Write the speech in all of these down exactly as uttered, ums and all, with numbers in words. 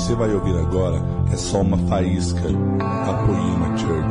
você vai ouvir agora é só uma faísca da Poema Church.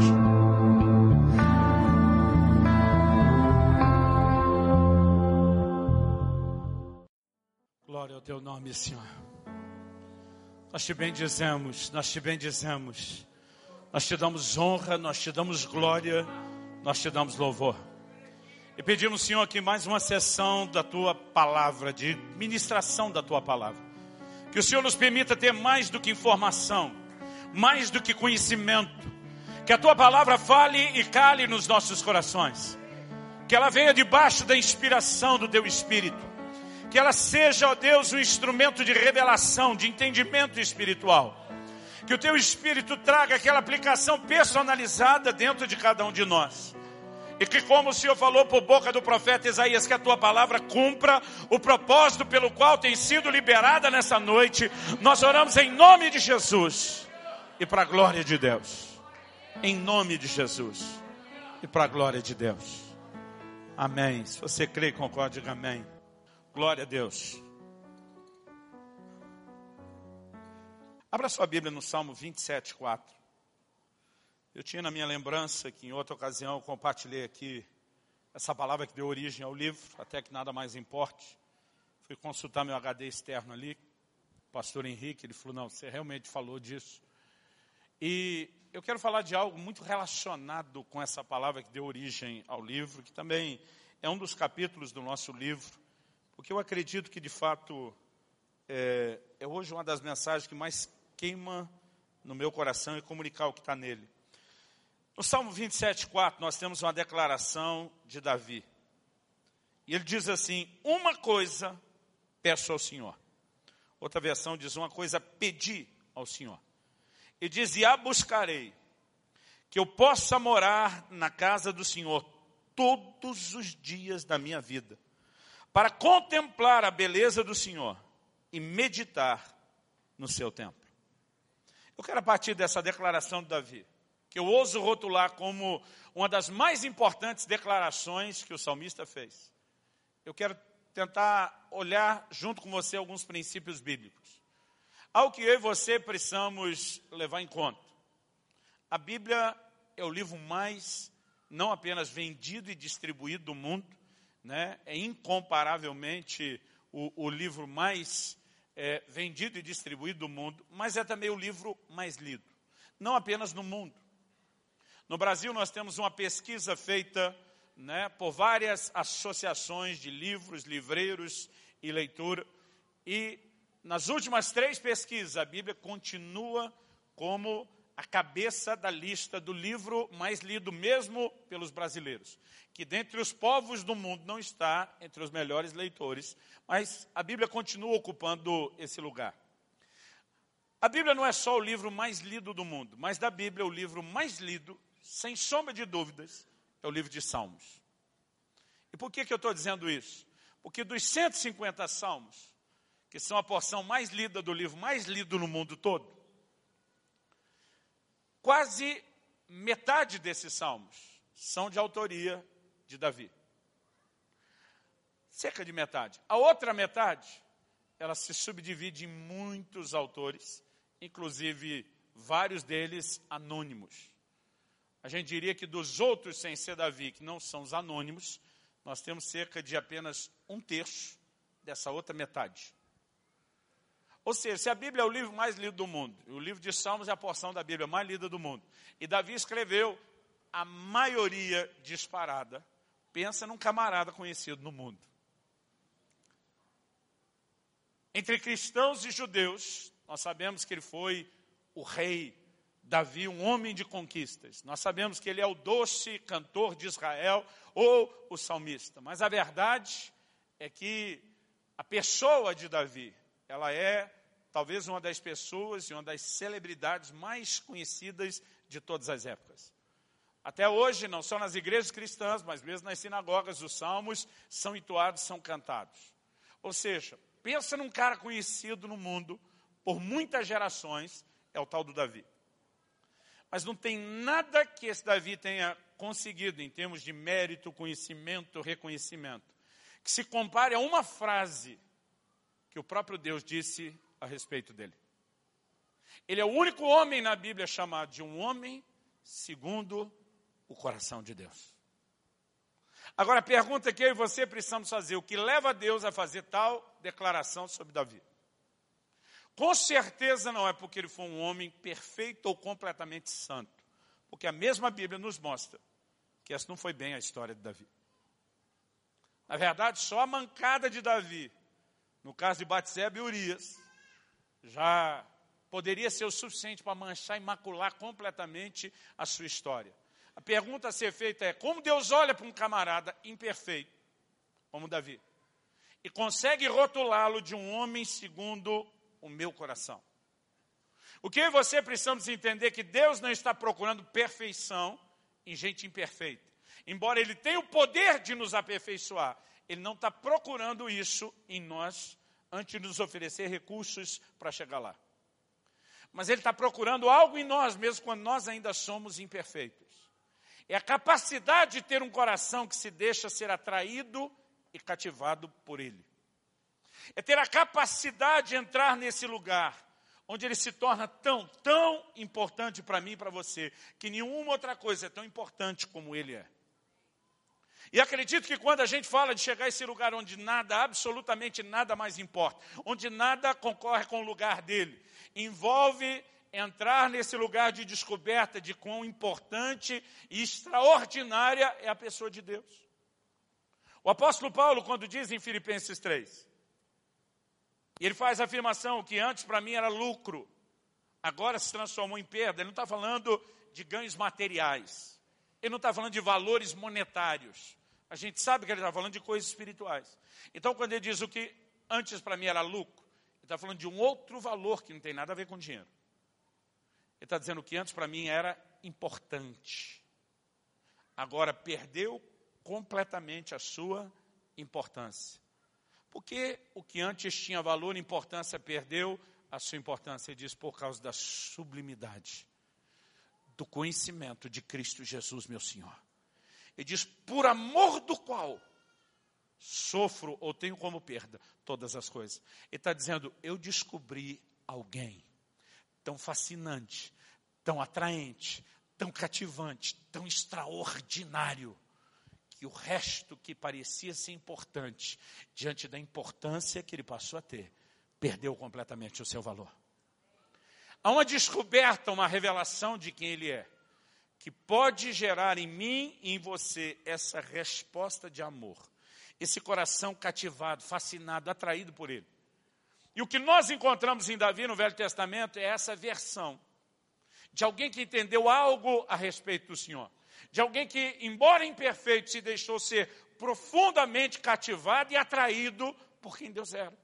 Glória ao teu nome, Senhor. Nós te bendizemos, nós te bendizemos. Nós te damos honra, nós te damos glória, nós te damos louvor. E pedimos, Senhor, aqui mais uma sessão da tua palavra, de ministração da tua palavra. Que o Senhor nos permita ter mais do que informação, mais do que conhecimento. Que a tua palavra fale e cale nos nossos corações. Que ela venha debaixo da inspiração do teu Espírito. Que ela seja, ó Deus, um instrumento de revelação, de entendimento espiritual. Que o teu Espírito traga aquela aplicação personalizada dentro de cada um de nós. E que, como o Senhor falou por boca do profeta Isaías, que a tua palavra cumpra o propósito pelo qual tem sido liberada nessa noite. Nós oramos em nome de Jesus e para a glória de Deus. Em nome de Jesus e para a glória de Deus. Amém. Se você crê e concorda, diga amém. Glória a Deus. Abra sua Bíblia no Salmo vinte e sete, quatro. Eu tinha na minha lembrança que em outra ocasião eu compartilhei aqui essa palavra que deu origem ao livro, até que nada mais importe. Fui consultar meu H D externo ali, o pastor Henrique, ele falou, não, você realmente falou disso. E eu quero falar de algo muito relacionado com essa palavra que deu origem ao livro, que também é um dos capítulos do nosso livro, porque eu acredito que de fato é, é hoje uma das mensagens que mais queima no meu coração e comunicar o que está nele. No Salmo vinte e sete, quatro, nós temos uma declaração de Davi. E ele diz assim, uma coisa peço ao Senhor. Outra versão diz, uma coisa pedi ao Senhor. E diz, e a buscarei, que eu possa morar na casa do Senhor todos os dias da minha vida, para contemplar a beleza do Senhor e meditar no seu templo. Eu quero, a partir dessa declaração de Davi, que eu ouso rotular como uma das mais importantes declarações que o salmista fez. Eu quero tentar olhar junto com você alguns princípios bíblicos. Algo que eu e você precisamos levar em conta. A Bíblia é o livro mais, não apenas vendido e distribuído do mundo, né? É incomparavelmente o, o livro mais é, vendido e distribuído do mundo, mas é também o livro mais lido. Não apenas no mundo. No Brasil nós temos uma pesquisa feita, né, por várias associações de livros, livreiros e leitura. E nas últimas três pesquisas a Bíblia continua como a cabeça da lista do livro mais lido mesmo pelos brasileiros. Que dentre os povos do mundo não está entre os melhores leitores, mas a Bíblia continua ocupando esse lugar. A Bíblia não é só o livro mais lido do mundo, mas da Bíblia o livro mais lido, sem sombra de dúvidas, é o livro de Salmos. E por que, que eu estou dizendo isso? Porque dos cento e cinquenta salmos, que são a porção mais lida do livro, mais lido no mundo todo, quase metade desses salmos são de autoria de Davi. Cerca de metade. A outra metade, ela se subdivide em muitos autores, inclusive vários deles anônimos. A gente diria que dos outros, sem ser Davi, que não são os anônimos, nós temos cerca de apenas um terço dessa outra metade. Ou seja, se a Bíblia é o livro mais lido do mundo, e o livro de Salmos é a porção da Bíblia mais lida do mundo, e Davi escreveu a maioria disparada, pensa num camarada conhecido no mundo. Entre cristãos e judeus, nós sabemos que ele foi o rei Davi, um homem de conquistas. Nós sabemos que ele é o doce cantor de Israel ou o salmista. Mas a verdade é que a pessoa de Davi, ela é talvez uma das pessoas e uma das celebridades mais conhecidas de todas as épocas. Até hoje, não só nas igrejas cristãs, mas mesmo nas sinagogas, os salmos são entoados, são cantados. Ou seja, pensa num cara conhecido no mundo por muitas gerações, é o tal do Davi. Mas não tem nada que esse Davi tenha conseguido em termos de mérito, conhecimento, reconhecimento, que se compare a uma frase que o próprio Deus disse a respeito dele. Ele é o único homem na Bíblia chamado de um homem segundo o coração de Deus. Agora a pergunta que eu e você precisamos fazer, o que leva Deus a fazer tal declaração sobre Davi? Com certeza não é porque ele foi um homem perfeito ou completamente santo, porque a mesma Bíblia nos mostra que essa não foi bem a história de Davi. Na verdade, só a mancada de Davi, no caso de Batseba e Urias, já poderia ser o suficiente para manchar e macular completamente a sua história. A pergunta a ser feita é, como Deus olha para um camarada imperfeito, como Davi, e consegue rotulá-lo de um homem segundo o meu coração? O que eu e você precisamos entender é que Deus não está procurando perfeição em gente imperfeita. Embora Ele tenha o poder de nos aperfeiçoar, Ele não está procurando isso em nós antes de nos oferecer recursos para chegar lá. Mas Ele está procurando algo em nós, mesmo quando nós ainda somos imperfeitos. É a capacidade de ter um coração que se deixa ser atraído e cativado por Ele. É ter a capacidade de entrar nesse lugar, onde Ele se torna tão, tão importante para mim e para você, que nenhuma outra coisa é tão importante como Ele é. E acredito que quando a gente fala de chegar a esse lugar onde nada, absolutamente nada mais importa, onde nada concorre com o lugar dele, envolve entrar nesse lugar de descoberta de quão importante e extraordinária é a pessoa de Deus. O apóstolo Paulo, quando diz em Filipenses três, ele faz a afirmação que antes para mim era lucro, agora se transformou em perda. Ele não está falando de ganhos materiais, ele não está falando de valores monetários. A gente sabe que ele está falando de coisas espirituais. Então, quando ele diz o que antes para mim era lucro, ele está falando de um outro valor que não tem nada a ver com dinheiro. Ele está dizendo que antes para mim era importante. Agora perdeu completamente a sua importância. Porque o que antes tinha valor e importância perdeu a sua importância. Ele diz por causa da sublimidade do conhecimento de Cristo Jesus, meu Senhor. Ele diz, por amor do qual sofro ou tenho como perda todas as coisas. Ele está dizendo, eu descobri alguém tão fascinante, tão atraente, tão cativante, tão extraordinário, que o resto que parecia ser importante, diante da importância que ele passou a ter, perdeu completamente o seu valor. Há uma descoberta, uma revelação de quem ele é, que pode gerar em mim e em você essa resposta de amor, esse coração cativado, fascinado, atraído por ele. E o que nós encontramos em Davi no Velho Testamento é essa versão de alguém que entendeu algo a respeito do Senhor. De alguém que, embora imperfeito, se deixou ser profundamente cativado e atraído por quem Deus era.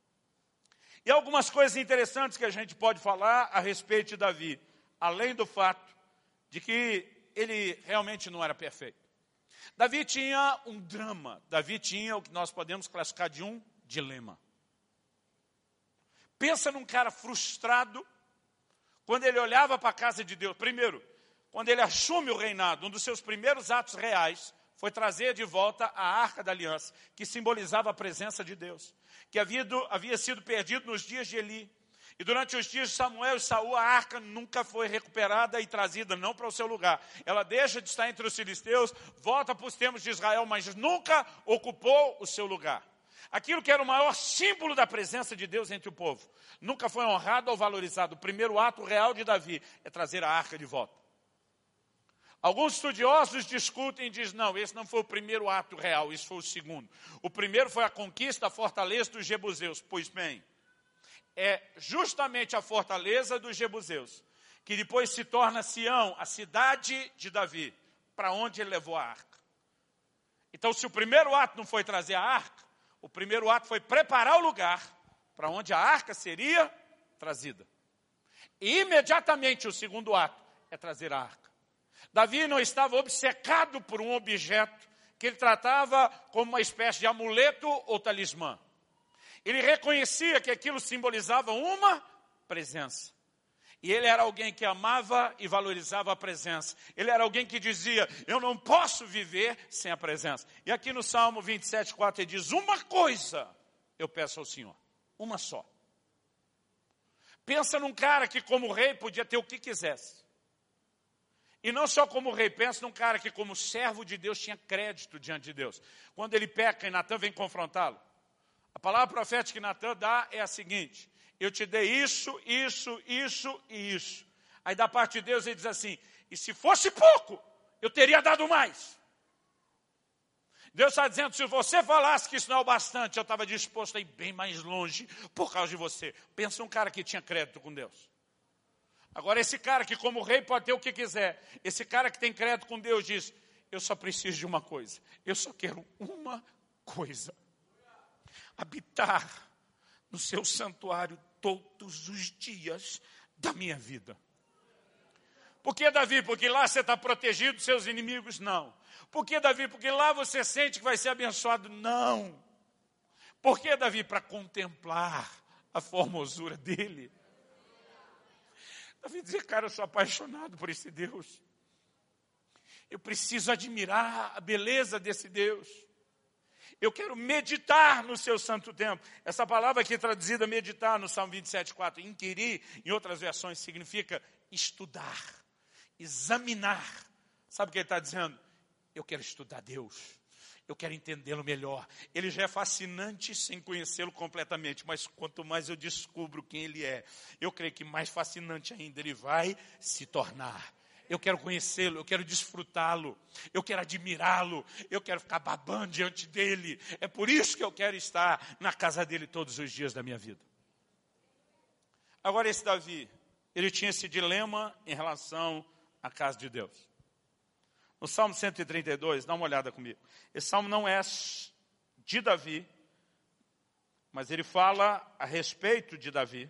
E algumas coisas interessantes que a gente pode falar a respeito de Davi, além do fato de que ele realmente não era perfeito. Davi tinha um drama, Davi tinha o que nós podemos classificar de um dilema. Pensa num cara frustrado, quando ele olhava para a casa de Deus. Primeiro, quando ele assume o reinado, um dos seus primeiros atos reais foi trazer de volta a Arca da Aliança, que simbolizava a presença de Deus, que havia, havia sido perdido nos dias de Eli. E durante os dias de Samuel e Saul, a arca nunca foi recuperada e trazida, não para o seu lugar. Ela deixa de estar entre os filisteus, volta para os tempos de Israel, mas nunca ocupou o seu lugar. Aquilo que era o maior símbolo da presença de Deus entre o povo, nunca foi honrado ou valorizado. O primeiro ato real de Davi é trazer a arca de volta. Alguns estudiosos discutem e dizem, não, esse não foi o primeiro ato real, isso foi o segundo. O primeiro foi a conquista da fortaleza dos Jebuseus. Pois bem, é justamente a fortaleza dos Jebuseus, que depois se torna Sião, a cidade de Davi, para onde ele levou a arca. Então, se o primeiro ato não foi trazer a arca, o primeiro ato foi preparar o lugar para onde a arca seria trazida. E imediatamente o segundo ato é trazer a arca. Davi não estava obcecado por um objeto que ele tratava como uma espécie de amuleto ou talismã. Ele reconhecia que aquilo simbolizava uma presença. E ele era alguém que amava e valorizava a presença. Ele era alguém que dizia, eu não posso viver sem a presença. E aqui no Salmo vinte e sete, quatro, ele diz, uma coisa eu peço ao Senhor, uma só. Pensa num cara que como rei podia ter o que quisesse. E não só como rei, pensa num cara que como servo de Deus tinha crédito diante de Deus. Quando ele peca e Natan vem confrontá-lo, a palavra profética que Natan dá é a seguinte: eu te dei isso, isso, isso e isso. Aí da parte de Deus ele diz assim: e se fosse pouco, eu teria dado mais. Deus está dizendo: se você falasse que isso não é o bastante, eu estava disposto a ir bem mais longe por causa de você. Pensa um cara que tinha crédito com Deus. Agora esse cara que como rei pode ter o que quiser, esse cara que tem crédito com Deus diz: eu só preciso de uma coisa, eu só quero uma coisa: habitar no seu santuário todos os dias da minha vida. Por que, Davi? Porque lá você está protegido dos seus inimigos? Não. Por que, Davi? Porque lá você sente que vai ser abençoado? Não. Por que, Davi? Para contemplar a formosura dele. Davi dizia: cara, eu sou apaixonado por esse Deus. Eu preciso admirar a beleza desse Deus. Eu quero meditar no seu santo templo. Essa palavra aqui traduzida meditar no Salmo vinte e sete, quatro, inquirir, em outras versões, significa estudar, examinar. Sabe o que ele está dizendo? Eu quero estudar Deus. Eu quero entendê-lo melhor. Ele já é fascinante sem conhecê-lo completamente, mas quanto mais eu descubro quem ele é, eu creio que mais fascinante ainda ele vai se tornar. Eu quero conhecê-lo, eu quero desfrutá-lo, eu quero admirá-lo, eu quero ficar babando diante dele. É por isso que eu quero estar na casa dele todos os dias da minha vida. Agora esse Davi, ele tinha esse dilema em relação à casa de Deus. No Salmo cento e trinta e dois, dá uma olhada comigo. Esse salmo não é de Davi, mas ele fala a respeito de Davi.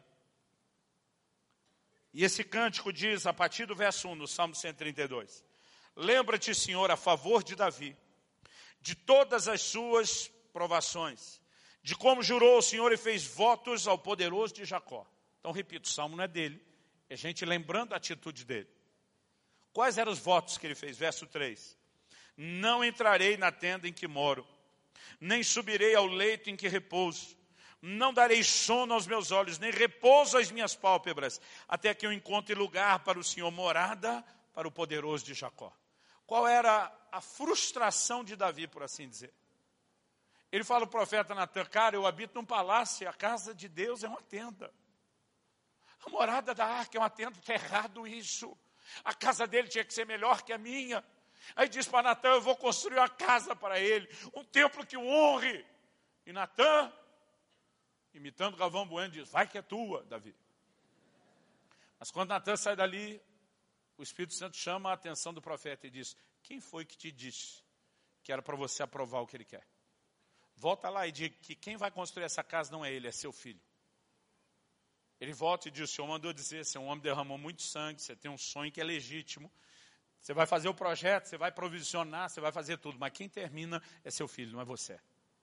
E esse cântico diz, a partir do verso um, no Salmo cento e trinta e dois, lembra-te, Senhor, a favor de Davi, de todas as suas provações, de como jurou o Senhor e fez votos ao poderoso de Jacó. Então, repito, o salmo não é dele, é gente lembrando a atitude dele. Quais eram os votos que ele fez? Verso três. Não entrarei na tenda em que moro, nem subirei ao leito em que repouso. Não darei sono aos meus olhos, nem repouso às minhas pálpebras, até que eu encontre lugar para o Senhor, morada para o poderoso de Jacó. Qual era a frustração de Davi, por assim dizer? Ele fala ao profeta Natan: cara, eu habito num palácio, a casa de Deus é uma tenda. A morada da arca é uma tenda, está errado isso. A casa dele tinha que ser melhor que a minha. Aí diz para Natan: eu vou construir uma casa para ele, um templo que o honre. E Natan, imitando Galvão Bueno, diz: vai que é tua, Davi. Mas quando Natan sai dali, o Espírito Santo chama a atenção do profeta e diz: quem foi que te disse que era para você aprovar o que ele quer? Volta lá e diga que quem vai construir essa casa não é ele, é seu filho. Ele volta e diz: o Senhor mandou dizer, seu homem derramou muito sangue, você tem um sonho que é legítimo, você vai fazer o projeto, você vai provisionar, você vai fazer tudo, mas quem termina é seu filho, não é você.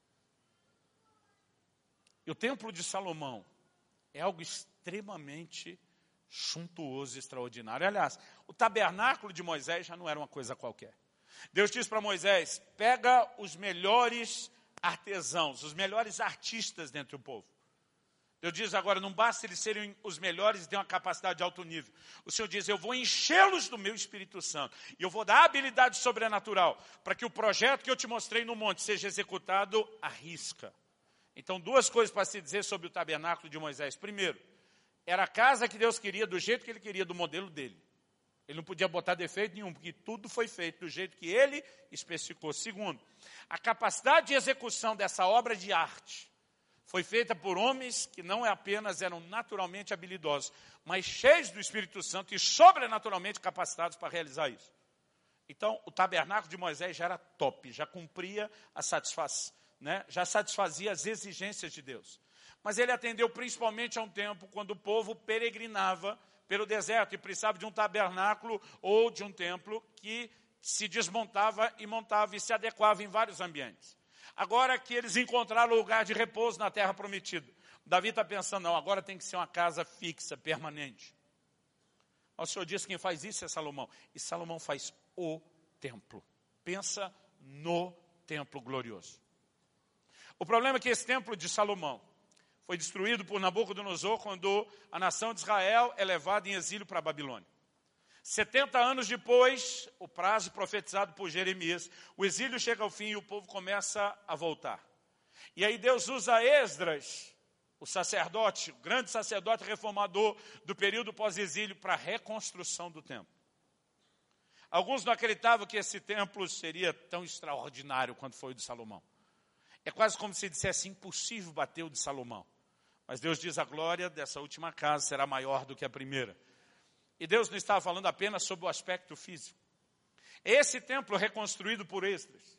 E o templo de Salomão é algo extremamente suntuoso e extraordinário. Aliás, o tabernáculo de Moisés já não era uma coisa qualquer. Deus disse para Moisés: pega os melhores artesãos, os melhores artistas dentre o povo. Deus diz agora, não basta eles serem os melhores e ter uma capacidade de alto nível. O Senhor diz: eu vou enchê-los do meu Espírito Santo. E eu vou dar habilidade sobrenatural para que o projeto que eu te mostrei no monte seja executado à risca. Então, duas coisas para se dizer sobre o tabernáculo de Moisés. Primeiro, era a casa que Deus queria, do jeito que ele queria, do modelo dele. Ele não podia botar defeito nenhum, porque tudo foi feito do jeito que ele especificou. Segundo, a capacidade de execução dessa obra de arte foi feita por homens que não apenas eram naturalmente habilidosos, mas cheios do Espírito Santo e sobrenaturalmente capacitados para realizar isso. Então, o tabernáculo de Moisés já era top, já cumpria a satisfação, né? Já satisfazia as exigências de Deus. Mas ele atendeu principalmente a um tempo quando o povo peregrinava pelo deserto e precisava de um tabernáculo ou de um templo que se desmontava e montava e se adequava em vários ambientes. Agora que eles encontraram lugar de repouso na terra prometida, Davi está pensando: não, agora tem que ser uma casa fixa, permanente. O Senhor diz: quem faz isso é Salomão. E Salomão faz o templo. Pensa no templo glorioso. O problema é que esse templo de Salomão foi destruído por Nabucodonosor quando a nação de Israel é levada em exílio para a Babilônia. setenta anos depois, o prazo profetizado por Jeremias, o exílio chega ao fim e o povo começa a voltar. E aí Deus usa Esdras, o sacerdote, o grande sacerdote reformador do período pós-exílio, para a reconstrução do templo. Alguns não acreditavam que esse templo seria tão extraordinário quanto foi o de Salomão. É quase como se dissesse impossível bater o de Salomão. Mas Deus diz a glória dessa última casa será maior do que a primeira. E Deus não estava falando apenas sobre o aspecto físico. Esse templo reconstruído por Esdras,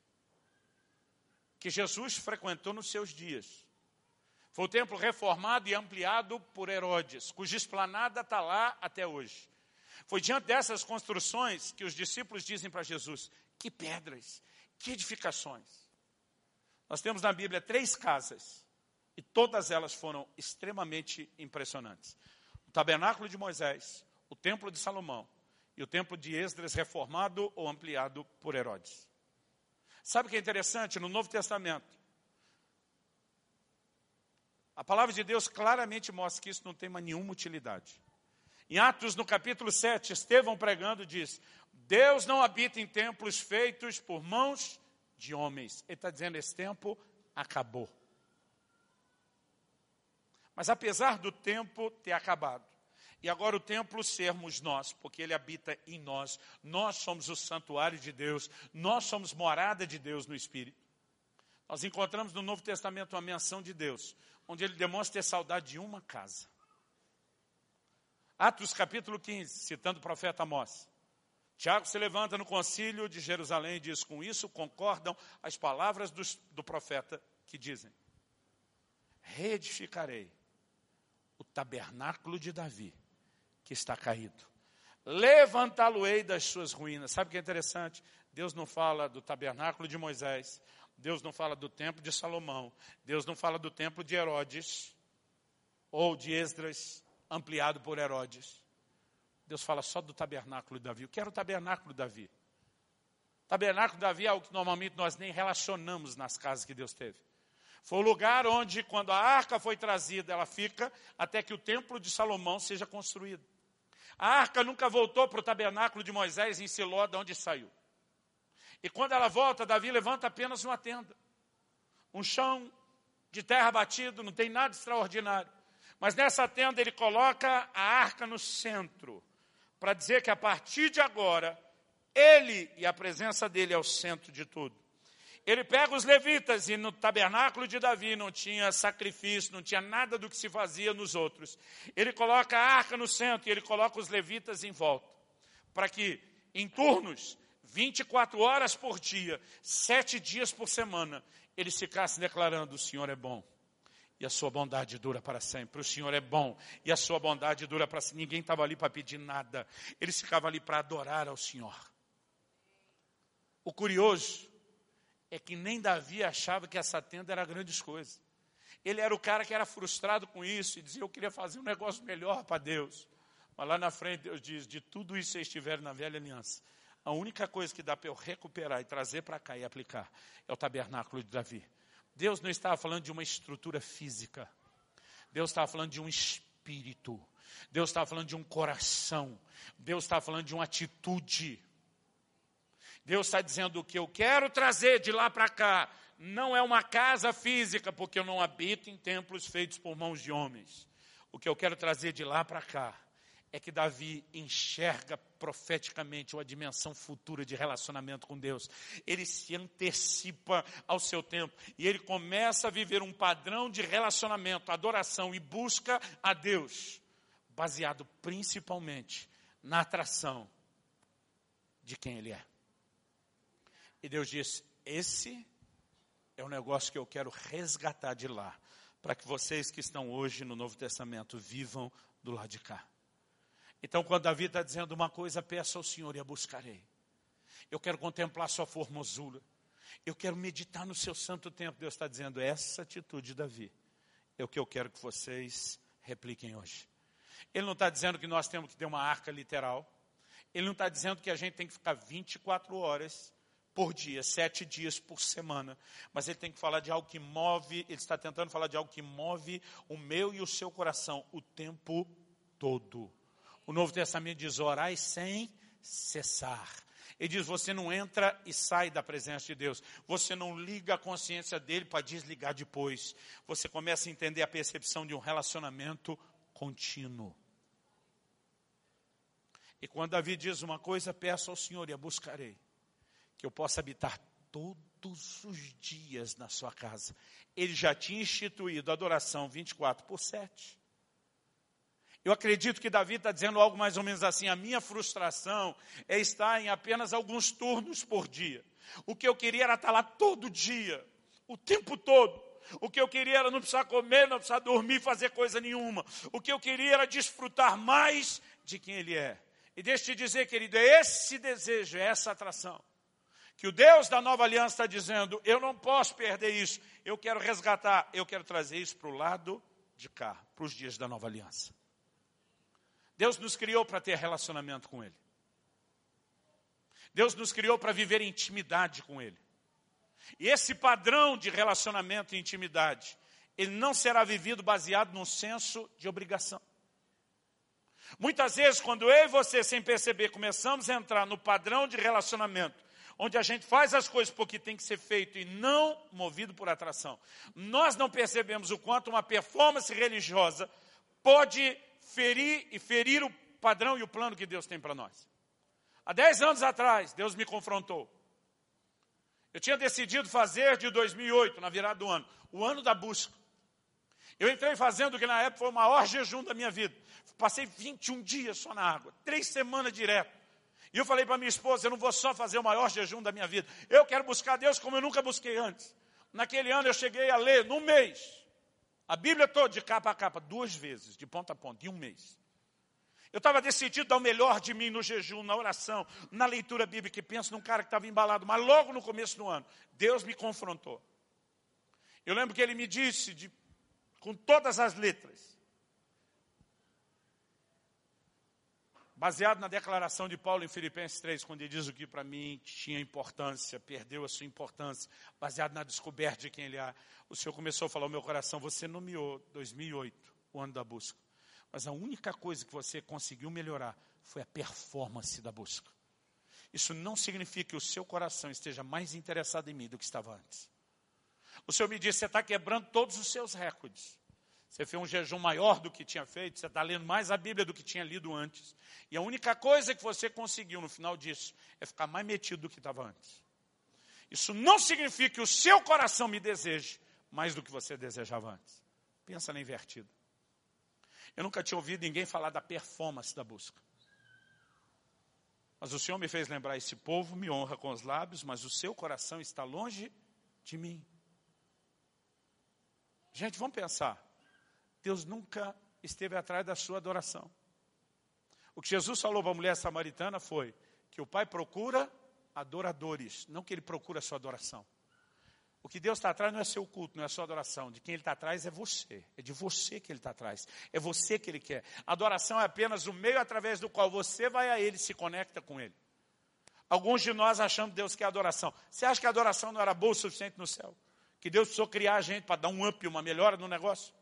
que Jesus frequentou nos seus dias, foi o templo reformado e ampliado por Herodes, cuja esplanada está lá até hoje. Foi diante dessas construções que os discípulos dizem para Jesus, que pedras, que edificações. Nós temos na Bíblia três casas, e todas elas foram extremamente impressionantes. O tabernáculo de Moisés, o templo de Salomão e o templo de Esdras reformado ou ampliado por Herodes. Sabe o que é interessante? No Novo Testamento, a palavra de Deus claramente mostra que isso não tem mais nenhuma utilidade. Em Atos, no capítulo sete, Estevão pregando diz, Deus não habita em templos feitos por mãos de homens. Ele está dizendo, esse tempo acabou. Mas apesar do tempo ter acabado, e agora o templo sermos nós, porque ele habita em nós, nós somos o santuário de Deus, nós somos morada de Deus no Espírito. Nós encontramos no Novo Testamento uma menção de Deus, onde ele demonstra ter saudade de uma casa. Atos capítulo quinze, citando o profeta Amós. Tiago se levanta no concílio de Jerusalém e diz, com isso concordam as palavras do, do profeta que dizem, reedificarei o tabernáculo de Davi, que está caído. Levantá-lo-ei das suas ruínas. Sabe o que é interessante? Deus não fala do tabernáculo de Moisés, Deus não fala do templo de Salomão, Deus não fala do templo de Herodes, ou de Esdras, ampliado por Herodes. Deus fala só do tabernáculo de Davi. O que era o tabernáculo de Davi? O tabernáculo de Davi é algo que normalmente nós nem relacionamos nas casas que Deus teve. Foi o lugar onde, quando a arca foi trazida, ela fica até que o templo de Salomão seja construído. A arca nunca voltou para o tabernáculo de Moisés em Siló, de onde saiu. E quando ela volta, Davi levanta apenas uma tenda. Um chão de terra batido, não tem nada extraordinário. Mas nessa tenda ele coloca a arca no centro, para dizer que a partir de agora, ele e a presença dele é o centro de tudo. Ele pega os levitas, e no tabernáculo de Davi não tinha sacrifício, não tinha nada do que se fazia nos outros. Ele coloca a arca no centro e ele coloca os levitas em volta, para que em turnos, vinte e quatro horas por dia, sete dias por semana, eles ficassem declarando, o Senhor é bom. E a sua bondade dura para sempre. O Senhor é bom e a sua bondade dura para sempre. Ninguém estava ali para pedir nada. Eles ficavam ali para adorar ao Senhor. O curioso é que nem Davi achava que essa tenda era grandes coisas. Ele era o cara que era frustrado com isso e dizia, eu queria fazer um negócio melhor para Deus. Mas lá na frente Deus diz, de tudo isso vocês estiverem na velha aliança, a única coisa que dá para eu recuperar e trazer para cá e aplicar é o tabernáculo de Davi. Deus não estava falando de uma estrutura física. Deus estava falando de um espírito. Deus estava falando de um coração. Deus estava falando de uma atitude. Deus está dizendo o que eu quero trazer de lá para cá. Não é uma casa física, porque eu não habito em templos feitos por mãos de homens. O que eu quero trazer de lá para cá é que Davi enxerga profeticamente uma dimensão futura de relacionamento com Deus. Ele se antecipa ao seu tempo e ele começa a viver um padrão de relacionamento, adoração e busca a Deus, baseado principalmente na atração de quem Ele é. E Deus diz, esse é o negócio que eu quero resgatar de lá, para que vocês que estão hoje no Novo Testamento vivam do lado de cá. Então, quando Davi está dizendo uma coisa, peço ao Senhor e a buscarei. Eu quero contemplar sua formosura. Eu quero meditar no seu santo templo. Deus está dizendo, essa atitude de Davi é o que eu quero que vocês repliquem hoje. Ele não está dizendo que nós temos que ter uma arca literal. Ele não está dizendo que a gente tem que ficar vinte e quatro horas por dia, sete dias por semana. Mas ele tem que falar de algo que move, ele está tentando falar de algo que move o meu e o seu coração o tempo todo. O Novo Testamento diz, orai sem cessar. Ele diz, você não entra e sai da presença de Deus. Você não liga a consciência dele para desligar depois. Você começa a entender a percepção de um relacionamento contínuo. E quando Davi diz uma coisa, peço ao Senhor e a buscarei, que eu possa habitar todos os dias na sua casa. Ele já tinha instituído a adoração vinte e quatro por sete. Eu acredito que Davi está dizendo algo mais ou menos assim, a minha frustração é estar em apenas alguns turnos por dia. O que eu queria era estar lá todo dia, o tempo todo. O que eu queria era não precisar comer, não precisar dormir, fazer coisa nenhuma. O que eu queria era desfrutar mais de quem Ele é. E deixa eu te dizer, querido, é esse desejo, é essa atração, que o Deus da nova aliança está dizendo, eu não posso perder isso, eu quero resgatar, eu quero trazer isso para o lado de cá, para os dias da nova aliança. Deus nos criou para ter relacionamento com Ele. Deus nos criou para viver em intimidade com Ele. E esse padrão de relacionamento e intimidade, ele não será vivido baseado num senso de obrigação. Muitas vezes, quando eu e você, sem perceber, começamos a entrar no padrão de relacionamento, onde a gente faz as coisas porque tem que ser feito e não movido por atração, nós não percebemos o quanto uma performance religiosa pode ferir e ferir o padrão e o plano que Deus tem para nós. Há dez anos atrás, Deus me confrontou. Eu tinha decidido fazer de dois mil e oito, na virada do ano, o ano da busca. Eu entrei fazendo o que na época foi o maior jejum da minha vida. Passei vinte e um dias só na água, três semanas direto. E eu falei para minha esposa, eu não vou só fazer o maior jejum da minha vida. Eu quero buscar Deus como eu nunca busquei antes. Naquele ano eu cheguei a ler, num mês, a Bíblia toda, de capa a capa, duas vezes, de ponta a ponta, em um mês. Eu estava decidido a dar o melhor de mim no jejum, na oração, na leitura bíblica, e penso num cara que estava embalado, mas logo no começo do ano, Deus me confrontou. Eu lembro que Ele me disse, de, com todas as letras, baseado na declaração de Paulo em Filipenses três, quando ele diz o que para mim tinha importância, perdeu a sua importância, baseado na descoberta de quem Ele é, o Senhor começou a falar ao meu coração, você nomeou dois mil e oito, o ano da busca. Mas a única coisa que você conseguiu melhorar foi a performance da busca. Isso não significa que o seu coração esteja mais interessado em mim do que estava antes. O Senhor me disse, você está quebrando todos os seus recordes. Você fez um jejum maior do que tinha feito, você está lendo mais a Bíblia do que tinha lido antes. E a única coisa que você conseguiu no final disso é ficar mais metido do que estava antes. Isso não significa que o seu coração me deseje mais do que você desejava antes. Pensa na invertida. Eu nunca tinha ouvido ninguém falar da performance da busca. Mas o Senhor me fez lembrar, esse povo me honra com os lábios, mas o seu coração está longe de mim. Gente, vamos pensar. Deus nunca esteve atrás da sua adoração. O que Jesus falou para a mulher samaritana foi que o Pai procura adoradores, não que Ele procura a sua adoração. O que Deus está atrás não é seu culto, não é sua adoração. De quem Ele está atrás é você. É de você que Ele está atrás. É você que Ele quer. A adoração é apenas o meio através do qual você vai a Ele e se conecta com Ele. Alguns de nós achamos que Deus quer adoração. Você acha que a adoração não era boa o suficiente no céu? Que Deus precisou criar a gente para dar um up, uma melhora no negócio?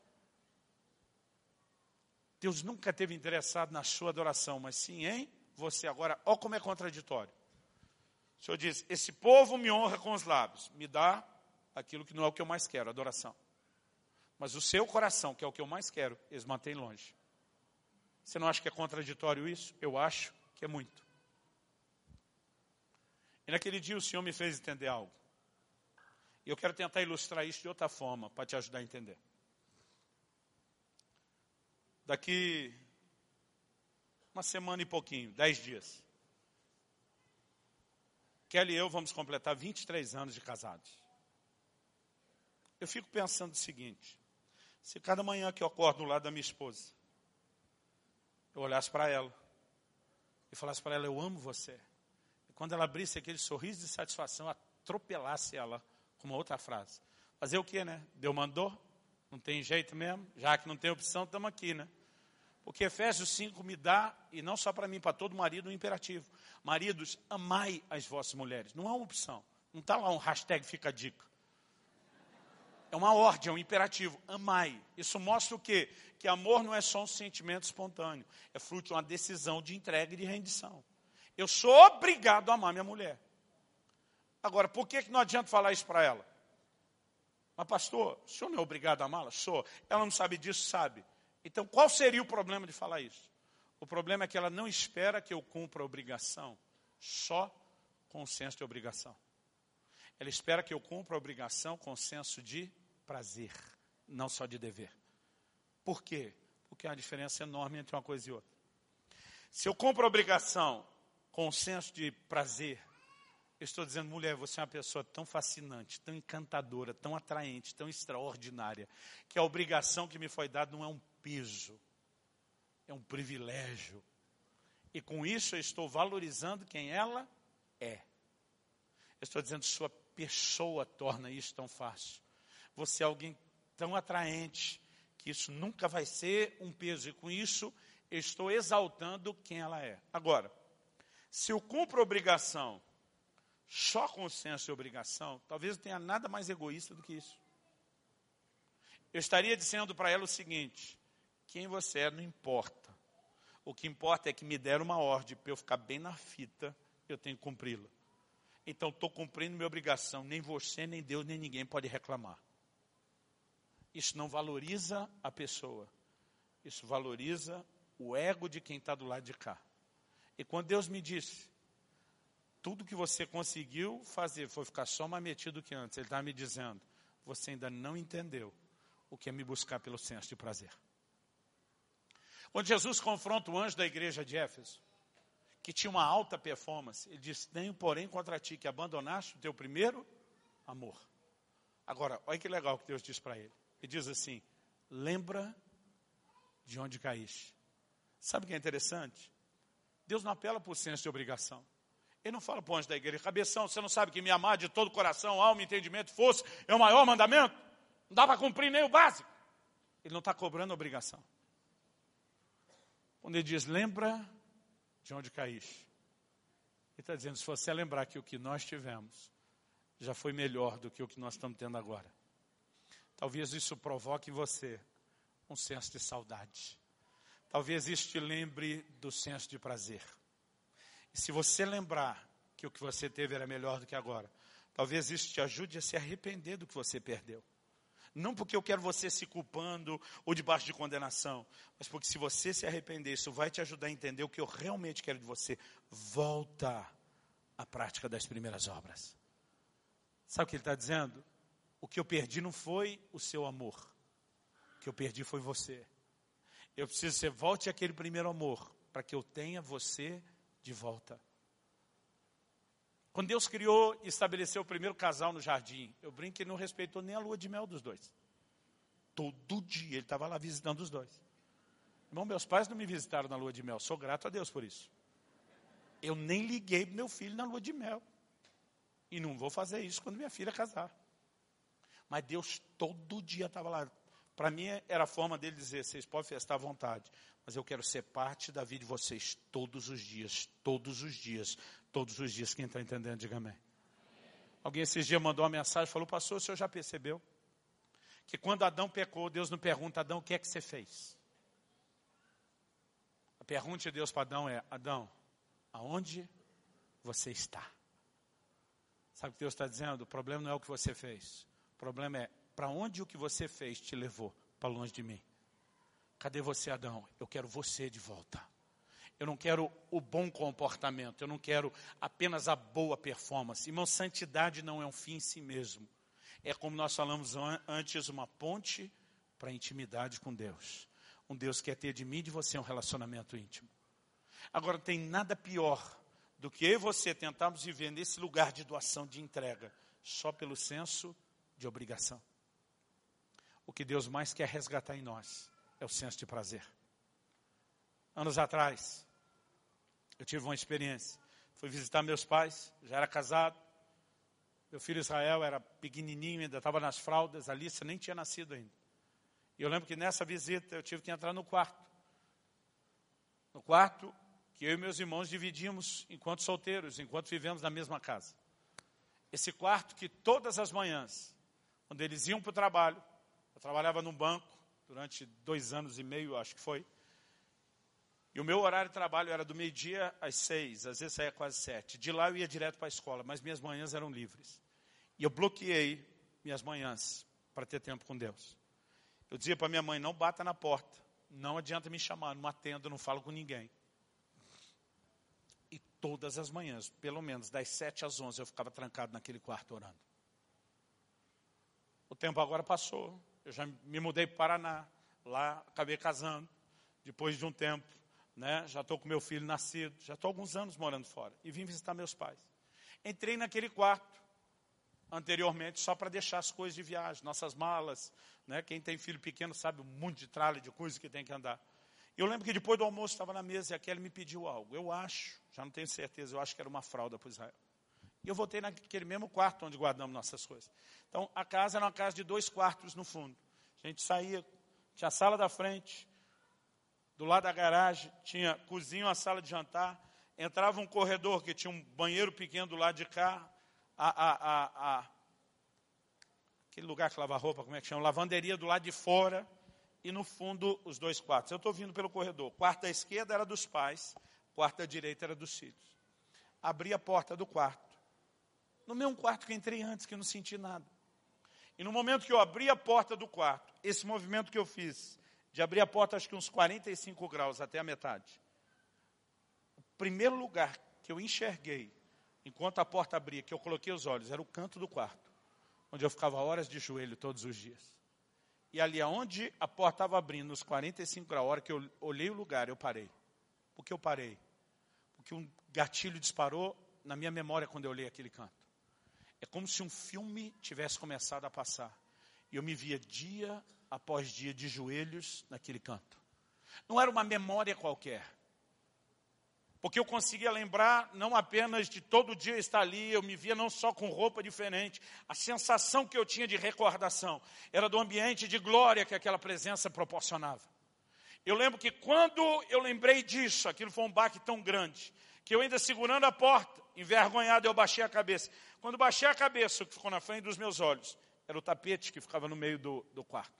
Deus nunca esteve interessado na sua adoração, mas sim em você. Agora, olha como é contraditório. O Senhor diz, esse povo me honra com os lábios, me dá aquilo que não é o que eu mais quero, adoração. Mas o seu coração, que é o que eu mais quero, eles mantêm longe. Você não acha que é contraditório isso? Eu acho que é muito. E naquele dia o Senhor me fez entender algo. E eu quero tentar ilustrar isso de outra forma, para te ajudar a entender. Daqui uma semana e pouquinho, dez dias, Kelly e eu vamos completar vinte e três anos de casados. Eu fico pensando o seguinte, se cada manhã que eu acordo do lado da minha esposa, eu olhasse para ela e falasse para ela, eu amo você. E quando ela abrisse aquele sorriso de satisfação, eu atropelasse ela com uma outra frase. Fazer o quê, né? Deus mandou? Não tem jeito mesmo? Já que não tem opção, estamos aqui, né? O que Efésios cinco me dá, e não só para mim, para todo marido, um imperativo. Maridos, amai as vossas mulheres. Não é uma opção. Não está lá um hashtag fica a dica. É uma ordem, é um imperativo. Amai. Isso mostra o quê? Que amor não é só um sentimento espontâneo. É fruto de uma decisão de entrega e de rendição. Eu sou obrigado a amar minha mulher. Agora, por que, que não adianta falar isso para ela? Mas pastor, o senhor não é obrigado a amá-la? Sou. Ela não sabe disso? Sabe. Então, qual seria o problema de falar isso? O problema é que ela não espera que eu cumpra a obrigação só com o senso de obrigação. Ela espera que eu cumpra a obrigação com o senso de prazer, não só de dever. Por quê? Porque há uma diferença enorme entre uma coisa e outra. Se eu cumpro a obrigação com o senso de prazer, eu estou dizendo, mulher, você é uma pessoa tão fascinante, tão encantadora, tão atraente, tão extraordinária, que a obrigação que me foi dada não é um peso, é um privilégio. E com isso eu estou valorizando quem ela é. Eu estou dizendo, sua pessoa torna isso tão fácil. Você é alguém tão atraente, que isso nunca vai ser um peso. E com isso eu estou exaltando quem ela é. Agora, se eu cumpro a obrigação só com o senso de obrigação, talvez não tenha nada mais egoísta do que isso. Eu estaria dizendo para ela o seguinte, quem você é não importa. O que importa é que me deram uma ordem para eu ficar bem na fita, eu tenho que cumpri-la. Então estou cumprindo minha obrigação, nem você, nem Deus, nem ninguém pode reclamar. Isso não valoriza a pessoa, isso valoriza o ego de quem está do lado de cá. E quando Deus me disse, tudo que você conseguiu fazer foi ficar só mais metido que antes. Ele estava me dizendo, você ainda não entendeu o que é me buscar pelo senso de prazer. Quando Jesus confronta o anjo da igreja de Éfeso, que tinha uma alta performance, ele disse, tenho porém contra ti que abandonaste o teu primeiro amor. Agora, olha que legal que Deus diz para ele. Ele diz assim, lembra de onde caíste. Sabe o que é interessante? Deus não apela por senso de obrigação. Ele não fala para o anjo da igreja, cabeção, você não sabe que me amar de todo o coração, alma, entendimento, força, é o maior mandamento? Não dá para cumprir nem o básico. Ele não está cobrando obrigação. Quando ele diz, lembra de onde caíste. Ele está dizendo, se você lembrar que o que nós tivemos já foi melhor do que o que nós estamos tendo agora. Talvez isso provoque em você um senso de saudade. Talvez isso te lembre do senso de prazer. E se você lembrar que o que você teve era melhor do que agora, talvez isso te ajude a se arrepender do que você perdeu. Não porque eu quero você se culpando ou debaixo de condenação, mas porque se você se arrepender, isso vai te ajudar a entender o que eu realmente quero de você. Volta à prática das primeiras obras. Sabe o que ele está dizendo? O que eu perdi não foi o seu amor. O que eu perdi foi você. Eu preciso que você volte àquele primeiro amor, para que eu tenha você de volta. Quando Deus criou e estabeleceu o primeiro casal no jardim, eu brinco que ele não respeitou nem a lua de mel dos dois. Todo dia ele estava lá visitando os dois. Irmão, meus pais não me visitaram na lua de mel, sou grato a Deus por isso. Eu nem liguei para meu filho na lua de mel. E não vou fazer isso quando minha filha casar. Mas Deus todo dia estava lá. Para mim era a forma dele dizer, vocês podem festar à vontade, mas eu quero ser parte da vida de vocês todos os dias, todos os dias, todos os dias. Quem está entendendo, diga amém. Alguém esses dias mandou uma mensagem e falou, pastor, o senhor já percebeu? Que quando Adão pecou, Deus não pergunta, Adão, o que é que você fez? A pergunta de Deus para Adão é, Adão, aonde você está? Sabe o que Deus está dizendo? O problema não é o que você fez. O problema é, para onde o que você fez te levou para longe de mim? Cadê você, Adão? Eu quero você de volta. Eu não quero o bom comportamento. Eu não quero apenas a boa performance. Irmão, santidade não é um fim em si mesmo. É como nós falamos antes, uma ponte para a intimidade com Deus. Um Deus que quer ter de mim e de você um relacionamento íntimo. Agora, não tem nada pior do que eu e você tentarmos viver nesse lugar de doação, de entrega, só pelo senso de obrigação. O que Deus mais quer resgatar em nós é o senso de prazer. Anos atrás, eu tive uma experiência. Fui visitar meus pais, já era casado. Meu filho Israel era pequenininho, ainda estava nas fraldas. A Alice nem tinha nascido ainda. E eu lembro que nessa visita eu tive que entrar no quarto. No quarto que eu e meus irmãos dividimos enquanto solteiros, enquanto vivemos na mesma casa. Esse quarto que todas as manhãs, quando eles iam para o trabalho, eu trabalhava num banco durante dois anos e meio, acho que foi, e o meu horário de trabalho era do meio-dia às seis, às vezes saía quase sete. De lá eu ia direto para a escola, mas minhas manhãs eram livres. E eu bloqueei minhas manhãs para ter tempo com Deus. Eu dizia para minha mãe, não bata na porta, não adianta me chamar, não atendo, não falo com ninguém. E todas as manhãs, pelo menos das sete às onze, eu ficava trancado naquele quarto orando. O tempo agora passou, eu já me mudei para o Paraná, lá acabei casando, depois de um tempo, né, já estou com meu filho nascido, já estou há alguns anos morando fora, e vim visitar meus pais. Entrei naquele quarto, anteriormente, só para deixar as coisas de viagem, nossas malas, né, quem tem filho pequeno sabe um monte de tralha de coisas que tem que andar. Eu lembro que depois do almoço estava na mesa e a Kelly me pediu algo. Eu acho, já não tenho certeza, eu acho que era uma fralda para Israel. E eu voltei naquele mesmo quarto onde guardamos nossas coisas. Então, a casa era uma casa de dois quartos no fundo. A gente saía, tinha a sala da frente, do lado da garagem, tinha cozinha, uma sala de jantar, entrava um corredor que tinha um banheiro pequeno do lado de cá, a, a, a, a, aquele lugar que lava roupa, como é que chama? Lavanderia do lado de fora, e no fundo os dois quartos. Eu estou vindo pelo corredor. O quarto da esquerda era dos pais, o quarto da direita era dos filhos. Abri a porta do quarto. No mesmo quarto que eu entrei antes, que eu não senti nada. E no momento que eu abri a porta do quarto, esse movimento que eu fiz, de abrir a porta acho que uns quarenta e cinco graus até a metade. O primeiro lugar que eu enxerguei, enquanto a porta abria, que eu coloquei os olhos, era o canto do quarto, onde eu ficava horas de joelho todos os dias. E ali aonde a porta estava abrindo, nos quarenta e cinco graus, a hora que eu olhei o lugar, eu parei. Por que eu parei? Porque um gatilho disparou na minha memória quando eu olhei aquele canto. É como se um filme tivesse começado a passar. E eu me via dia após dia de joelhos naquele canto. Não era uma memória qualquer. Porque eu conseguia lembrar não apenas de todo dia estar ali, eu me via não só com roupa diferente. A sensação que eu tinha de recordação era do ambiente de glória que aquela presença proporcionava. Eu lembro que quando eu lembrei disso, aquilo foi um baque tão grande, que eu ainda segurando a porta, envergonhado, eu baixei a cabeça. Quando baixei a cabeça, o que ficou na frente dos meus olhos era o tapete que ficava no meio do, do quarto.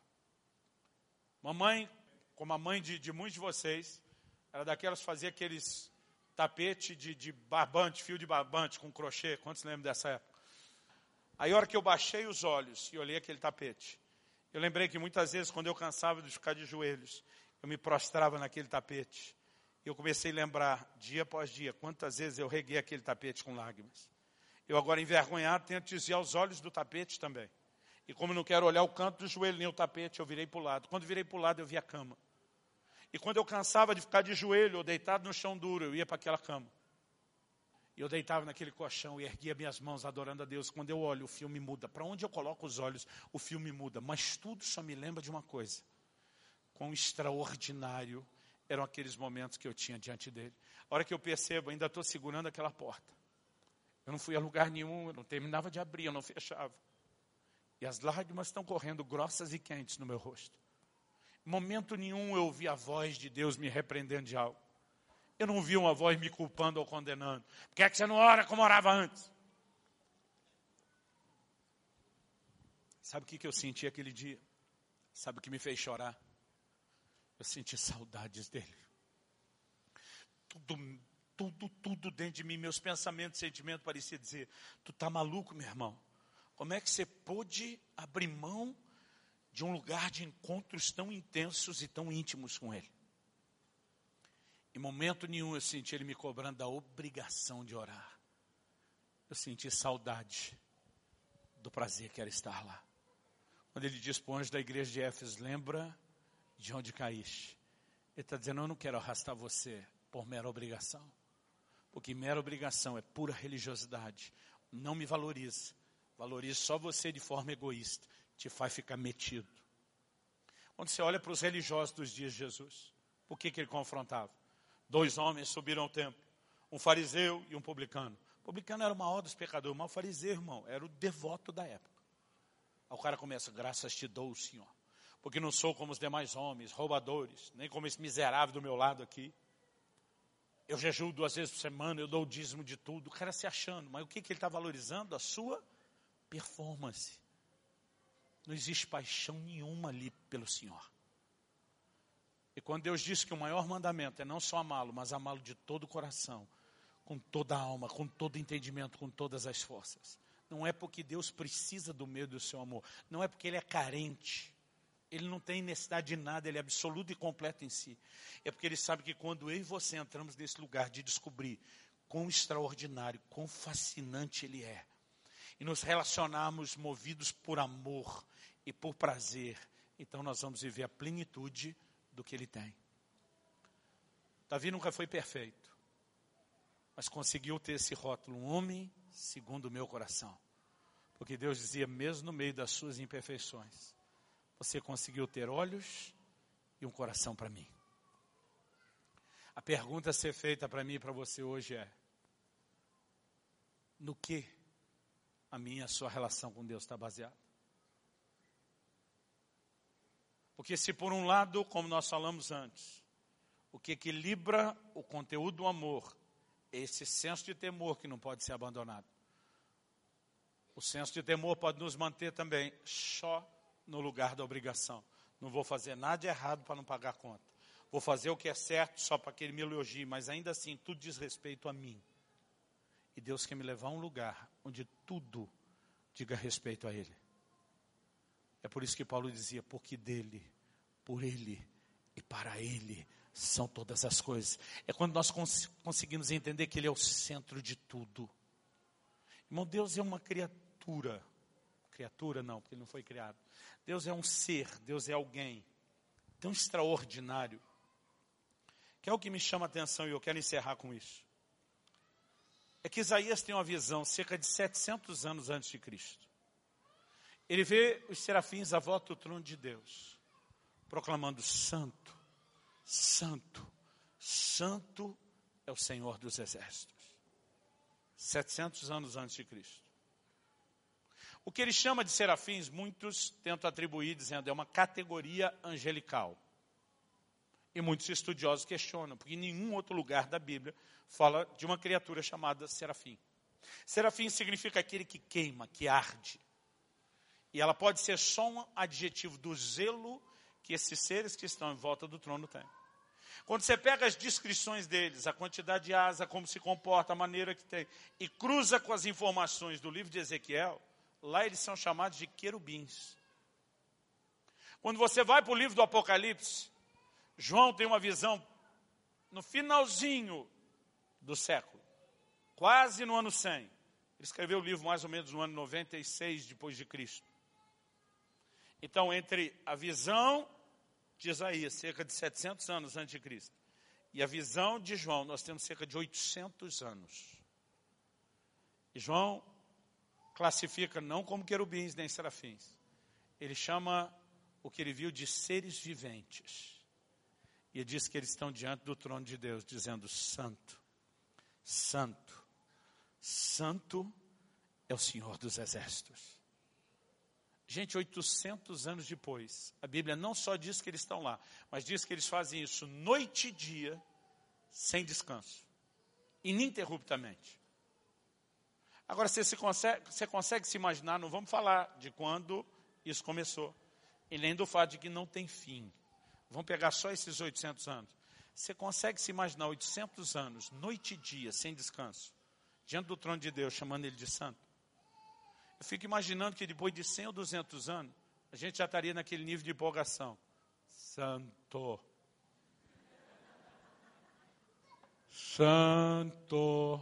Mamãe, como a mãe de, de muitos de vocês, era daquelas que fazia aqueles tapete de, de barbante, fio de barbante com crochê. Quantos lembram dessa época? Aí a hora que eu baixei os olhos e olhei aquele tapete, eu lembrei que muitas vezes quando eu cansava de ficar de joelhos, eu me prostrava naquele tapete. E eu comecei a lembrar, dia após dia, quantas vezes eu reguei aquele tapete com lágrimas. Eu agora envergonhado tento desviar os olhos do tapete também. E como não quero olhar o canto do joelho nem o tapete, eu virei para o lado. Quando virei para o lado, eu vi a cama. E quando eu cansava de ficar de joelho ou deitado no chão duro, eu ia para aquela cama. E eu deitava naquele colchão e erguia minhas mãos adorando a Deus. Quando eu olho, o filme muda. Para onde eu coloco os olhos, o filme muda. Mas tudo só me lembra de uma coisa. Quão extraordinário eram aqueles momentos que eu tinha diante dele. A hora que eu percebo, ainda estou segurando aquela porta. Eu não fui a lugar nenhum, eu não terminava de abrir, eu não fechava. E as lágrimas estão correndo grossas e quentes no meu rosto. Em momento nenhum eu ouvi a voz de Deus me repreendendo de algo. Eu não ouvi uma voz me culpando ou condenando. Por que é que você não ora como orava antes? Sabe o que eu senti aquele dia? Sabe o que me fez chorar? Eu senti saudades dele. Tudo, tudo, tudo dentro de mim, meus pensamentos, sentimentos, parecia dizer, tu tá maluco, meu irmão? Como é que você pôde abrir mão de um lugar de encontros tão intensos e tão íntimos com ele? Em momento nenhum eu senti ele me cobrando da obrigação de orar. Eu senti saudade do prazer que era estar lá. Quando ele diz para o anjo da igreja de Éfeso, lembra de onde caíste. Ele está dizendo, eu não quero arrastar você por mera obrigação. Porque mera obrigação é pura religiosidade. Não me valoriza. Valoriza só você de forma egoísta. Te faz ficar metido. Quando você olha para os religiosos dos dias de Jesus, por que que ele confrontava? Dois homens subiram ao templo. Um fariseu e um publicano. O publicano era o maior dos pecadores. Mas o fariseu, irmão, era o devoto da época. Aí o cara começa, graças te dou, Senhor. Porque não sou como os demais homens, roubadores, nem como esse miserável do meu lado aqui. eu jejuo duas vezes por semana, eu dou o dízimo de tudo. O cara se achando, mas o que, que ele está valorizando? A sua performance. Não existe paixão nenhuma ali pelo Senhor. E quando Deus diz que o maior mandamento é não só amá-lo, mas amá-lo de todo o coração, com toda a alma, com todo o entendimento, com todas as forças. Não é porque Deus precisa do meu e do seu amor. Não é porque Ele é carente. Ele não tem necessidade de nada, Ele é absoluto e completo em si. É porque Ele sabe que quando eu e você entramos nesse lugar de descobrir quão extraordinário, quão fascinante Ele é, e nos relacionarmos movidos por amor e por prazer, então nós vamos viver a plenitude do que Ele tem. Davi nunca foi perfeito, mas conseguiu ter esse rótulo, um homem segundo o meu coração. Porque Deus dizia, mesmo no meio das suas imperfeições, você conseguiu ter olhos e um coração para mim. A pergunta a ser feita para mim e para você hoje é, no que a minha e a sua relação com Deus está baseada? Porque se por um lado, como nós falamos antes, o que equilibra o conteúdo do amor é esse senso de temor que não pode ser abandonado. O senso de temor pode nos manter também só no lugar da obrigação. Não vou fazer nada de errado para não pagar a conta. Vou fazer o que é certo só para que Ele me elogie, mas ainda assim tudo diz respeito a mim. E Deus quer me levar a um lugar onde tudo diga respeito a Ele. É por isso que Paulo dizia, porque dele, por Ele e para Ele são todas as coisas. É quando nós cons- conseguimos entender que Ele é o centro de tudo. Irmão, Deus é uma criatura. Criatura não, porque Ele não foi criado. Deus é um ser, Deus é alguém tão extraordinário, que é o que me chama a atenção e eu quero encerrar com isso. É que Isaías tem uma visão cerca de setecentos anos antes de Cristo. Ele vê os serafins à volta do trono de Deus, proclamando santo, santo, santo é o Senhor dos exércitos. setecentos anos antes de Cristo. O que ele chama de serafins, muitos tentam atribuir, dizendo, é uma categoria angelical. E muitos estudiosos questionam, porque em nenhum outro lugar da Bíblia fala de uma criatura chamada serafim. Serafim significa aquele que queima, que arde. E ela pode ser só um adjetivo do zelo que esses seres que estão em volta do trono têm. Quando você pega as descrições deles, a quantidade de asa, como se comporta, a maneira que tem, e cruza com as informações do livro de Ezequiel, lá eles são chamados de querubins. Quando você vai para o livro do Apocalipse, João tem uma visão no finalzinho do século, quase no ano cem. Ele escreveu o livro mais ou menos no ano noventa e seis depois de Cristo. Então, entre a visão de Isaías, cerca de setecentos anos antes de Cristo, e a visão de João, nós temos cerca de oitocentos anos. E João classifica não como querubins nem serafins. Ele chama o que ele viu de seres viventes. E ele diz que eles estão diante do trono de Deus, dizendo, santo, santo, santo é o Senhor dos exércitos. Gente, oitocentos anos depois, a Bíblia não só diz que eles estão lá, mas diz que eles fazem isso noite e dia, sem descanso, ininterruptamente. Agora, você, se consegue, você consegue se imaginar, não vamos falar de quando isso começou, e nem do fato de que não tem fim. Vamos pegar só esses oitocentos anos. Você consegue se imaginar oitocentos anos, noite e dia, sem descanso, diante do trono de Deus, chamando Ele de santo? Eu fico imaginando que depois de cem ou duzentos anos, a gente já estaria naquele nível de empolgação. Santo. Santo.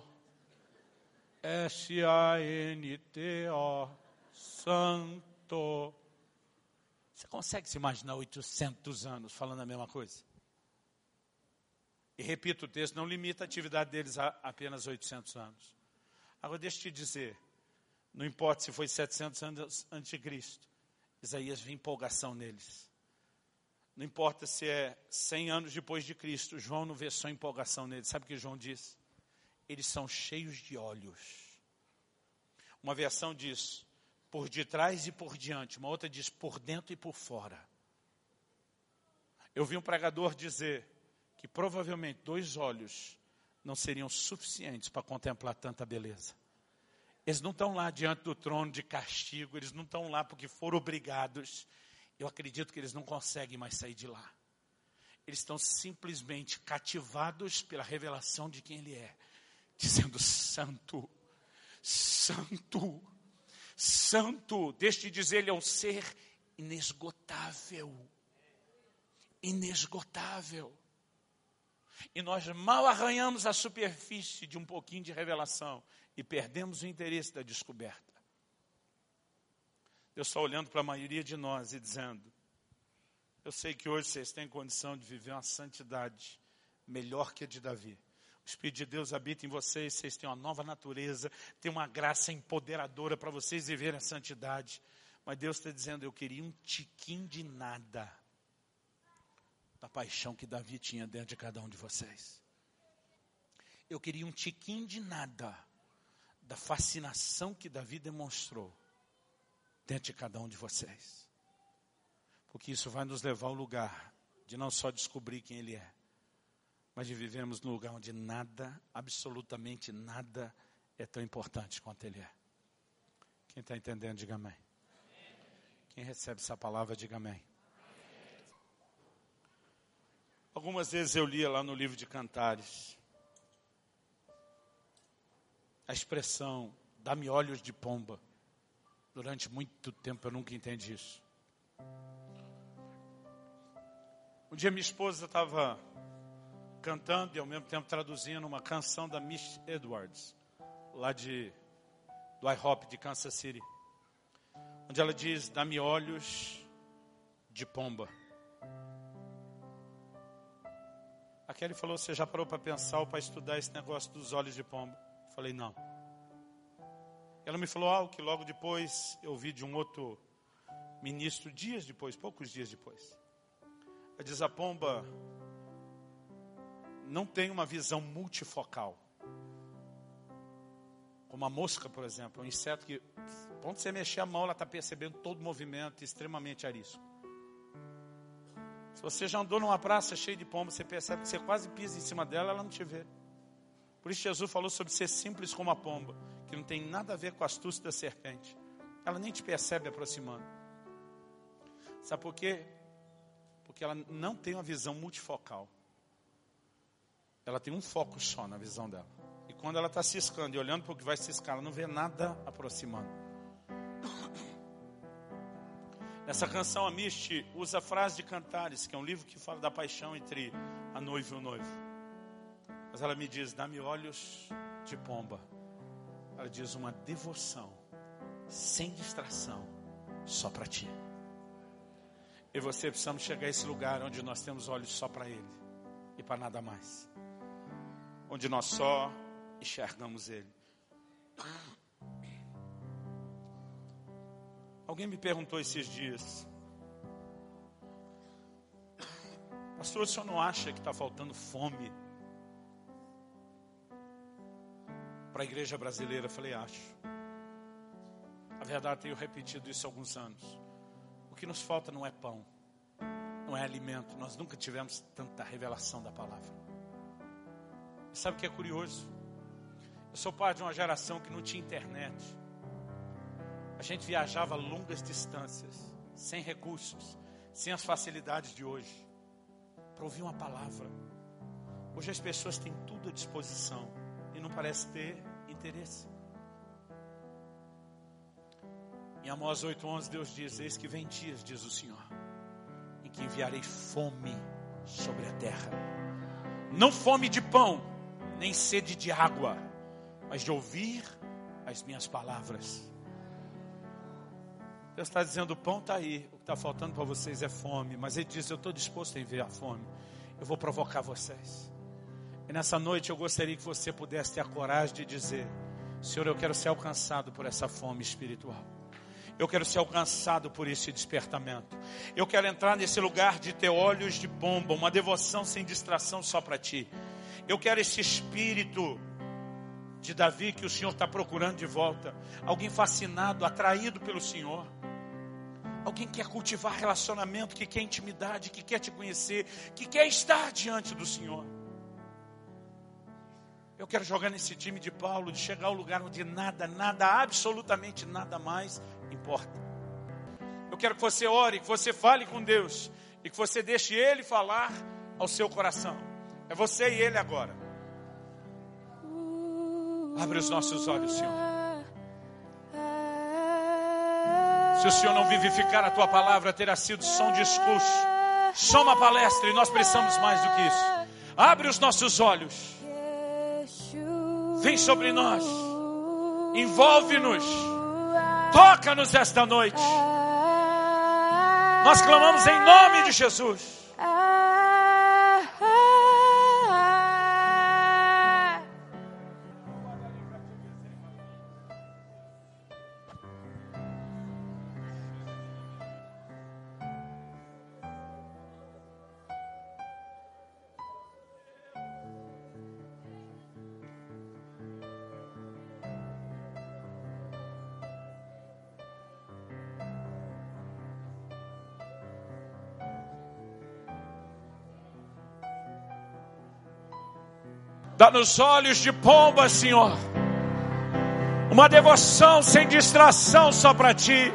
S A N T O. Santo. Você consegue se imaginar oitocentos anos falando a mesma coisa? E repito, o texto não limita a atividade deles a apenas oitocentos anos. Agora deixa eu te dizer, não importa se foi setecentos anos antes de Cristo, Isaías vê empolgação neles. Não importa se é cem anos depois de Cristo, João não vê só empolgação neles. Sabe o que João diz? Eles são cheios de olhos. Uma versão diz, por detrás e por diante. Uma outra diz, por dentro e por fora. Eu vi um pregador dizer que provavelmente dois olhos não seriam suficientes para contemplar tanta beleza. Eles não estão lá diante do trono de castigo, eles não estão lá porque foram obrigados. Eu acredito que eles não conseguem mais sair de lá. Eles estão simplesmente cativados pela revelação de quem Ele é, dizendo: santo, santo, santo. Deixa eu dizer, Ele é um ser inesgotável, inesgotável. E nós mal arranhamos a superfície de um pouquinho de revelação e perdemos o interesse da descoberta. Eu só olhando para a maioria de nós e dizendo: eu sei que hoje vocês têm condição de viver uma santidade melhor que a de Davi. O Espírito de Deus habita em vocês, vocês têm uma nova natureza, tem uma graça empoderadora para vocês viverem a santidade. Mas Deus está dizendo: eu queria um tiquinho de nada da paixão que Davi tinha dentro de cada um de vocês. Eu queria um tiquinho de nada da fascinação que Davi demonstrou dentro de cada um de vocês. Porque isso vai nos levar ao lugar de não só descobrir quem Ele é, mas de vivermos num lugar onde nada, absolutamente nada, é tão importante quanto Ele é. Quem está entendendo, diga amém. Quem recebe essa palavra, diga amém. Algumas vezes eu lia lá no livro de Cantares a expressão dá-me olhos de pomba. Durante muito tempo eu nunca entendi isso. Um dia minha esposa estava cantando e ao mesmo tempo traduzindo uma canção da Miss Edwards, lá de, do I-Hop de Kansas City, onde ela diz: dá-me olhos de pomba. A Kelly falou: você já parou para pensar ou para estudar esse negócio dos olhos de pomba? Eu falei: não. Ela me falou algo que logo depois eu ouvi de um outro ministro, dias depois, poucos dias depois. Ela diz: a pomba não tem uma visão multifocal. Como a mosca, por exemplo, é um inseto que, quando você mexer a mão, ela está percebendo todo o movimento, extremamente arisco. Se você já andou numa praça cheia de pombas, você percebe que você quase pisa em cima dela, ela não te vê. Por isso Jesus falou sobre ser simples como a pomba, que não tem nada a ver com a astúcia da serpente. Ela nem te percebe aproximando. Sabe por quê? Porque ela não tem uma visão multifocal. Ela tem um foco só na visão dela. E quando ela está ciscando e olhando para o que vai ciscar, ela não vê nada aproximando. Nessa canção, a Misty usa a frase de Cantares, que é um livro que fala da paixão entre a noiva e o noivo. Mas ela me diz: dá-me olhos de pomba. Ela diz: uma devoção sem distração, só para ti. E você precisamos chegar a esse lugar onde nós temos olhos só para Ele e para nada mais. Onde nós só enxergamos Ele. Alguém me perguntou esses dias: pastor, o senhor não acha que está faltando fome para a igreja brasileira? Eu falei: acho. A verdade, tenho repetido isso há alguns anos. O que nos falta não é pão, não é alimento. Nós nunca tivemos tanta revelação da palavra. E sabe o que é curioso? Eu sou pai de uma geração que não tinha internet. A gente viajava longas distâncias, sem recursos, sem as facilidades de hoje, para ouvir uma palavra. Hoje as pessoas têm tudo à disposição e não parece ter interesse. Em Amós oito, onze, Deus diz: eis que vem dias, diz o Senhor, em que enviarei fome sobre a terra. Não fome de pão, nem sede de água, mas de ouvir as minhas palavras. Deus está dizendo: o pão está aí, o que está faltando para vocês é fome. Mas Ele diz: eu estou disposto a enviar a fome, eu vou provocar vocês. E nessa noite eu gostaria que você pudesse ter a coragem de dizer: Senhor, eu quero ser alcançado por essa fome espiritual. Eu quero ser alcançado por esse despertamento. Eu quero entrar nesse lugar de ter olhos de pomba, uma devoção sem distração só para Ti. Eu quero esse espírito de Davi que o Senhor está procurando de volta. Alguém fascinado, atraído pelo Senhor. Alguém que quer cultivar relacionamento, que quer intimidade, que quer Te conhecer, que quer estar diante do Senhor. Eu quero jogar nesse time de Paulo, de chegar ao lugar onde nada, nada, absolutamente nada mais importa. Eu quero que você ore, que você fale com Deus e que você deixe Ele falar ao seu coração. É você e Ele agora. Abre os nossos olhos, Senhor. Se o Senhor não vivificar a Tua palavra, terá sido só um discurso, só uma palestra, e nós precisamos mais do que isso. Abre os nossos olhos. Vem sobre nós. Envolve-nos. Toca-nos esta noite. Nós clamamos em nome de Jesus. Dá-nos olhos de pomba, Senhor. Uma devoção sem distração só para Ti.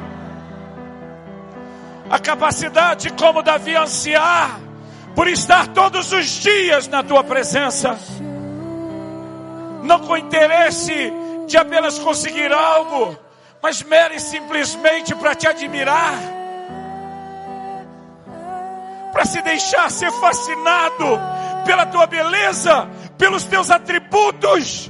A capacidade, como Davi, ansiar por estar todos os dias na Tua presença. Não com interesse de apenas conseguir algo, mas mere simplesmente para Te admirar. Para se deixar ser fascinado pela Tua beleza, pelos Teus atributos.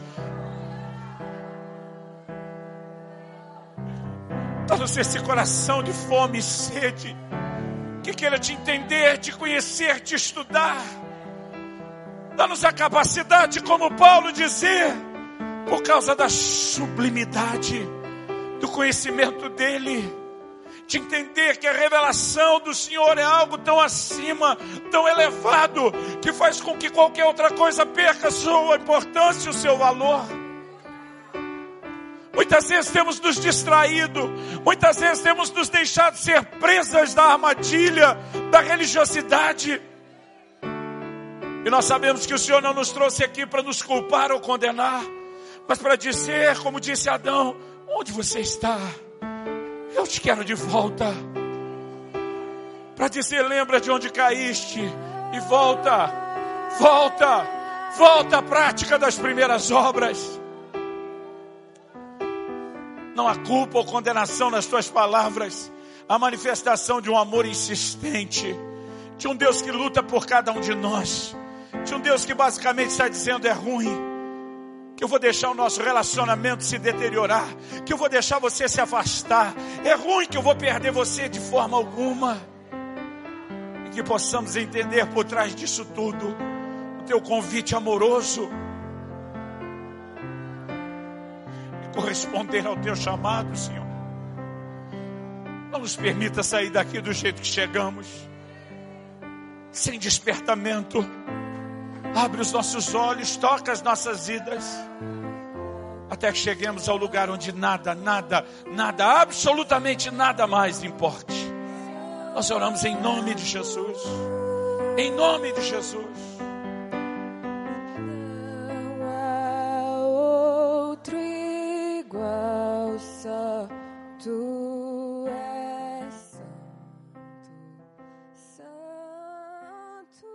Dá-nos esse coração de fome e sede, que queira Te entender, Te conhecer, Te estudar. Dá-nos a capacidade, como Paulo dizer, por causa da sublimidade do conhecimento dele, de entender que a revelação do Senhor é algo tão acima, tão elevado, que faz com que qualquer outra coisa perca a sua importância e o seu valor. Muitas vezes temos nos distraído, muitas vezes temos nos deixado ser presas da armadilha, da religiosidade. E nós sabemos que o Senhor não nos trouxe aqui para nos culpar ou condenar, mas para dizer, como disse Adão, onde você está? Eu te quero de volta. Para dizer, lembra de onde caíste e volta, volta, volta à prática das primeiras obras. Não há culpa ou condenação nas tuas palavras. A manifestação de um amor insistente, de um Deus que luta por cada um de nós, de um Deus que basicamente está dizendo, é ruim, que eu vou deixar o nosso relacionamento se deteriorar, que eu vou deixar você se afastar, é ruim que eu vou perder você de forma alguma, e que possamos entender por trás disso tudo o Teu convite amoroso e corresponder ao Teu chamado, Senhor. Não nos permita sair daqui do jeito que chegamos, sem despertamento. Abre os nossos olhos, toca as nossas vidas, até que cheguemos ao lugar onde nada, nada, nada, absolutamente nada mais importe. Nós oramos em nome de Jesus, em nome de Jesus. Não há outro igual, só Tu és santo, santo.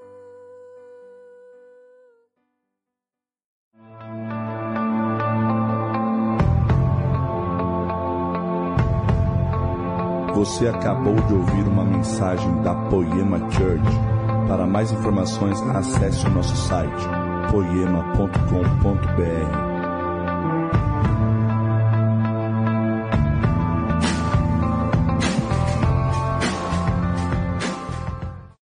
Você acabou de ouvir uma mensagem da Poema Church. Para mais informações, acesse o nosso site poema ponto com ponto br.